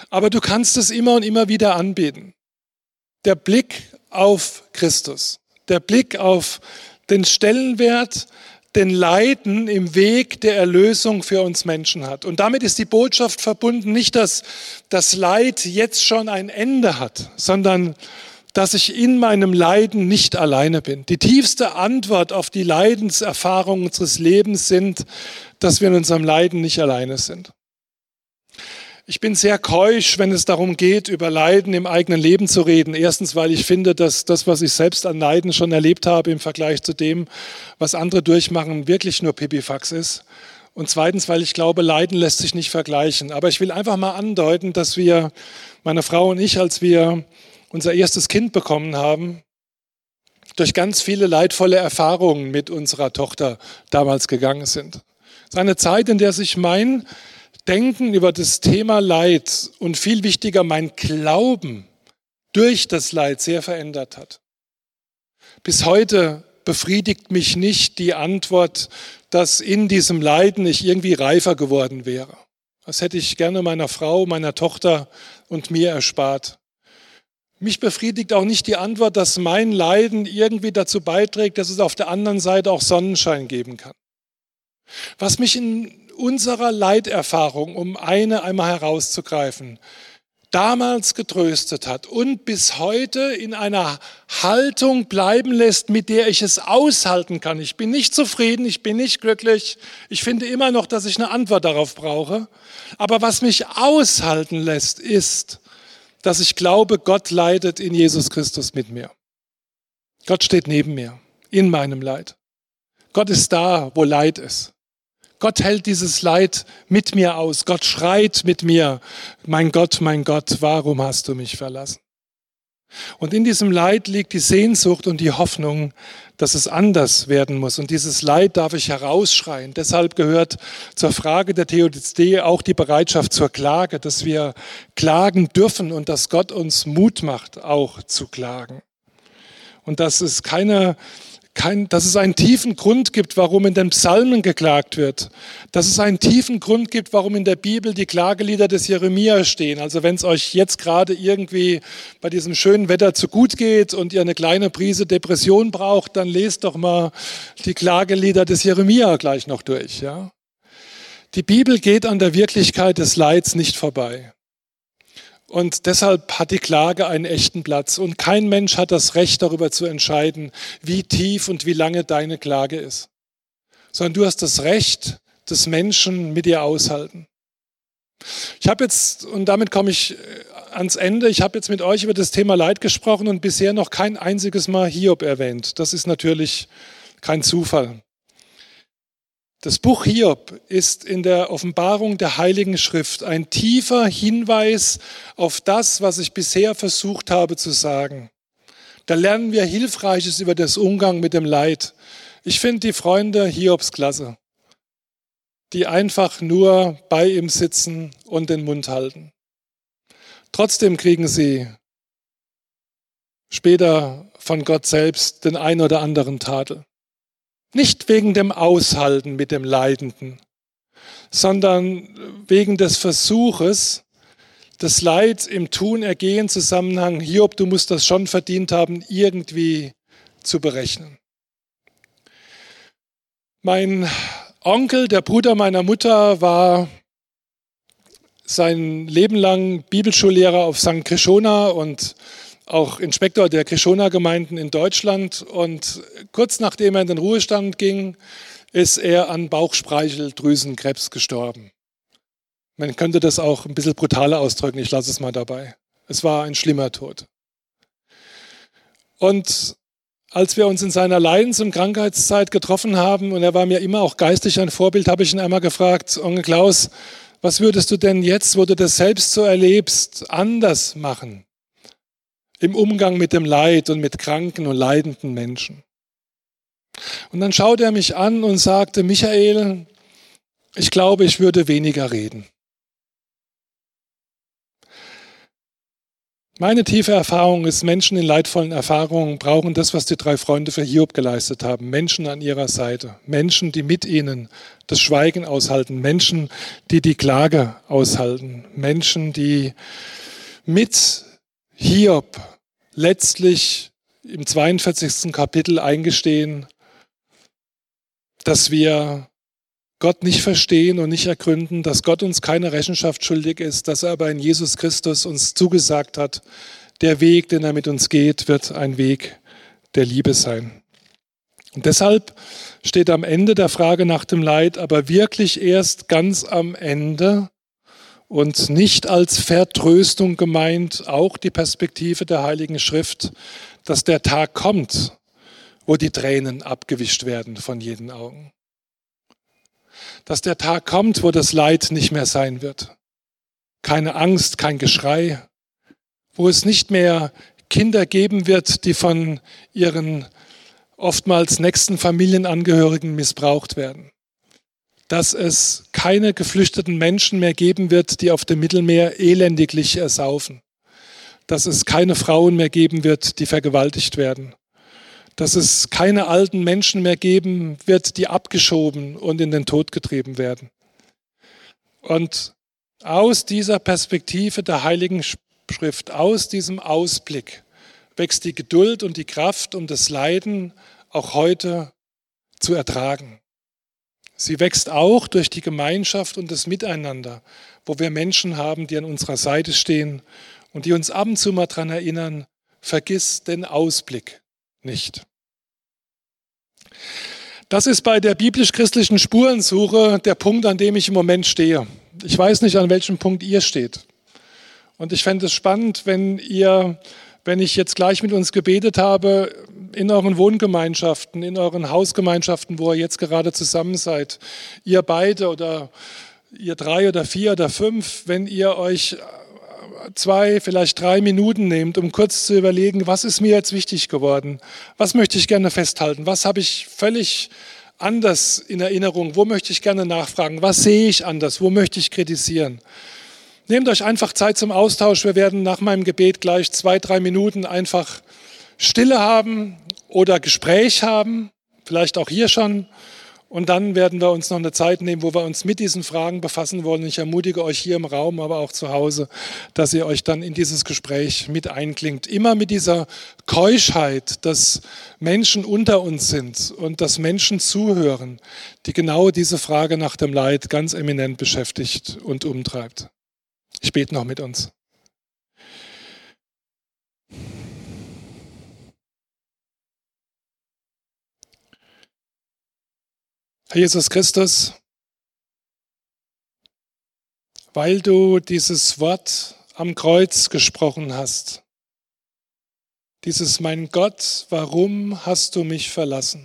B: Aber du kannst es immer und immer wieder anbeten. Der Blick auf Christus, der Blick auf den Stellenwert, den Leiden im Weg der Erlösung für uns Menschen hat. Und damit ist die Botschaft verbunden, nicht, dass das Leid jetzt schon ein Ende hat, sondern dass ich in meinem Leiden nicht alleine bin. Die tiefste Antwort auf die Leidenserfahrung unseres Lebens sind, dass wir in unserem Leiden nicht alleine sind. Ich bin sehr keusch, wenn es darum geht, über Leiden im eigenen Leben zu reden. Erstens, weil ich finde, dass das, was ich selbst an Leiden schon erlebt habe, im Vergleich zu dem, was andere durchmachen, wirklich nur Pipifax ist. Und zweitens, weil ich glaube, Leiden lässt sich nicht vergleichen. Aber ich will einfach mal andeuten, dass wir, meine Frau und ich, als wir unser erstes Kind bekommen haben, durch ganz viele leidvolle Erfahrungen mit unserer Tochter damals gegangen sind. Es ist eine Zeit, in der sich mein Denken über das Thema Leid und viel wichtiger mein Glauben durch das Leid sehr verändert hat. Bis heute befriedigt mich nicht die Antwort, dass in diesem Leiden ich irgendwie reifer geworden wäre. Das hätte ich gerne meiner Frau, meiner Tochter und mir erspart. Mich befriedigt auch nicht die Antwort, dass mein Leiden irgendwie dazu beiträgt, dass es auf der anderen Seite auch Sonnenschein geben kann. Was mich in unserer Leiterfahrung, um eine einmal herauszugreifen, damals getröstet hat und bis heute in einer Haltung bleiben lässt, mit der ich es aushalten kann. Ich bin nicht zufrieden, ich bin nicht glücklich, ich finde immer noch, dass ich eine Antwort darauf brauche. Aber was mich aushalten lässt, ist, dass ich glaube, Gott leidet in Jesus Christus mit mir. Gott steht neben mir, in meinem Leid. Gott ist da, wo Leid ist. Gott hält dieses Leid mit mir aus. Gott schreit mit mir, mein Gott, mein Gott, warum hast du mich verlassen? Und in diesem Leid liegt die Sehnsucht und die Hoffnung, dass es anders werden muss. Und dieses Leid darf ich herausschreien. Deshalb gehört zur Frage der Theodizee auch die Bereitschaft zur Klage, dass wir klagen dürfen und dass Gott uns Mut macht, auch zu klagen. Und dass es keine Kein, dass es einen tiefen Grund gibt, warum in den Psalmen geklagt wird. Dass es einen tiefen Grund gibt, warum in der Bibel die Klagelieder des Jeremia stehen. Also wenn es euch jetzt gerade irgendwie bei diesem schönen Wetter zu gut geht und ihr eine kleine Prise Depression braucht, dann lest doch mal die Klagelieder des Jeremia gleich noch durch. Ja? Die Bibel geht an der Wirklichkeit des Leids nicht vorbei. Und deshalb hat die Klage einen echten Platz. Und kein Mensch hat das Recht, darüber zu entscheiden, wie tief und wie lange deine Klage ist. Sondern du hast das Recht, dass Menschen mit dir aushalten. Ich habe jetzt, und damit komme ich ans Ende, ich habe jetzt mit euch über das Thema Leid gesprochen und bisher noch kein einziges Mal Hiob erwähnt. Das ist natürlich kein Zufall. Das Buch Hiob ist in der Offenbarung der Heiligen Schrift ein tiefer Hinweis auf das, was ich bisher versucht habe zu sagen. Da lernen wir Hilfreiches über das Umgang mit dem Leid. Ich finde die Freunde Hiobs klasse, die einfach nur bei ihm sitzen und den Mund halten. Trotzdem kriegen sie später von Gott selbst den ein oder anderen Tadel. Nicht wegen dem Aushalten mit dem Leidenden, sondern wegen des Versuches, das Leid im Tun-Ergehen-Zusammenhang, Hiob, du musst das schon verdient haben, irgendwie zu berechnen. Mein Onkel, der Bruder meiner Mutter, war sein Leben lang Bibelschullehrer auf Sankt Krishona und auch Inspektor der Krishona-Gemeinden in Deutschland. Und kurz nachdem er in den Ruhestand ging, ist er an Bauchspeicheldrüsenkrebs gestorben. Man könnte das auch ein bisschen brutaler ausdrücken, ich lasse es mal dabei. Es war ein schlimmer Tod. Und als wir uns in seiner Leidens- und Krankheitszeit getroffen haben, und er war mir immer auch geistig ein Vorbild, habe ich ihn einmal gefragt, Onkel Klaus, was würdest du denn jetzt, wo du das selbst so erlebst, anders machen? Im Umgang mit dem Leid und mit kranken und leidenden Menschen. Und dann schaute er mich an und sagte, Michael, ich glaube, ich würde weniger reden. Meine tiefe Erfahrung ist, Menschen in leidvollen Erfahrungen brauchen das, was die drei Freunde für Hiob geleistet haben. Menschen an ihrer Seite. Menschen, die mit ihnen das Schweigen aushalten. Menschen, die die Klage aushalten. Menschen, die mit Hiob letztlich im zweiundvierzigsten Kapitel eingestehen, dass wir Gott nicht verstehen und nicht ergründen, dass Gott uns keine Rechenschaft schuldig ist, dass er aber in Jesus Christus uns zugesagt hat, der Weg, den er mit uns geht, wird ein Weg der Liebe sein. Und deshalb steht am Ende der Frage nach dem Leid, aber wirklich erst ganz am Ende und nicht als Vertröstung gemeint, auch die Perspektive der Heiligen Schrift, dass der Tag kommt, wo die Tränen abgewischt werden von jeden Augen. Dass der Tag kommt, wo das Leid nicht mehr sein wird. Keine Angst, kein Geschrei. Wo es nicht mehr Kinder geben wird, die von ihren oftmals nächsten Familienangehörigen missbraucht werden. Dass es keine geflüchteten Menschen mehr geben wird, die auf dem Mittelmeer elendiglich ersaufen. Dass es keine Frauen mehr geben wird, die vergewaltigt werden. Dass es keine alten Menschen mehr geben wird, die abgeschoben und in den Tod getrieben werden. Und aus dieser Perspektive der Heiligen Schrift, aus diesem Ausblick, wächst die Geduld und die Kraft, um das Leiden auch heute zu ertragen. Sie wächst auch durch die Gemeinschaft und das Miteinander, wo wir Menschen haben, die an unserer Seite stehen und die uns ab und zu mal daran erinnern, vergiss den Ausblick nicht. Das ist bei der biblisch-christlichen Spurensuche der Punkt, an dem ich im Moment stehe. Ich weiß nicht, an welchem Punkt ihr steht. Und ich fände es spannend, wenn ihr, wenn ich jetzt gleich mit uns gebetet habe, in euren Wohngemeinschaften, in euren Hausgemeinschaften, wo ihr jetzt gerade zusammen seid, ihr beide oder ihr drei oder vier oder fünf, wenn ihr euch zwei, vielleicht drei Minuten nehmt, um kurz zu überlegen, was ist mir jetzt wichtig geworden? Was möchte ich gerne festhalten? Was habe ich völlig anders in Erinnerung? Wo möchte ich gerne nachfragen? Was sehe ich anders? Wo möchte ich kritisieren? Nehmt euch einfach Zeit zum Austausch. Wir werden nach meinem Gebet gleich zwei, drei Minuten einfach Stille haben oder Gespräch haben, vielleicht auch hier schon. Und dann werden wir uns noch eine Zeit nehmen, wo wir uns mit diesen Fragen befassen wollen. Ich ermutige euch hier im Raum, aber auch zu Hause, dass ihr euch dann in dieses Gespräch mit einklingt. Immer mit dieser Keuschheit, dass Menschen unter uns sind und dass Menschen zuhören, die genau diese Frage nach dem Leid ganz eminent beschäftigt und umtreibt. Ich bete noch mit uns. Herr Jesus Christus, weil du dieses Wort am Kreuz gesprochen hast, dieses mein Gott, warum hast du mich verlassen?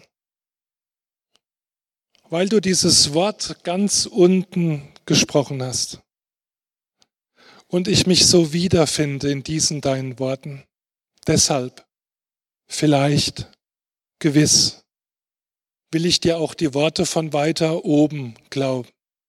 B: Weil du dieses Wort ganz unten gesprochen hast und ich mich so wiederfinde in diesen deinen Worten. Deshalb, vielleicht, gewiss, will ich dir auch die Worte von weiter oben glauben,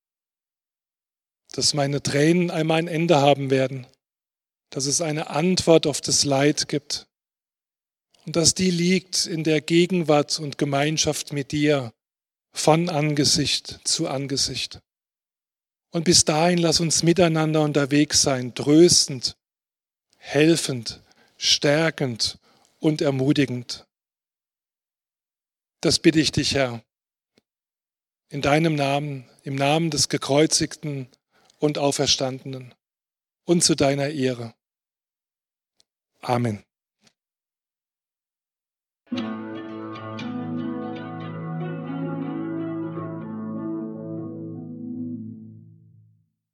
B: dass meine Tränen einmal ein Ende haben werden, dass es eine Antwort auf das Leid gibt und dass die liegt in der Gegenwart und Gemeinschaft mit dir von Angesicht zu Angesicht. Und bis dahin lass uns miteinander unterwegs sein, tröstend, helfend, stärkend und ermutigend. Das bitte ich dich, Herr, in deinem Namen, im Namen des Gekreuzigten und Auferstandenen und zu deiner Ehre. Amen.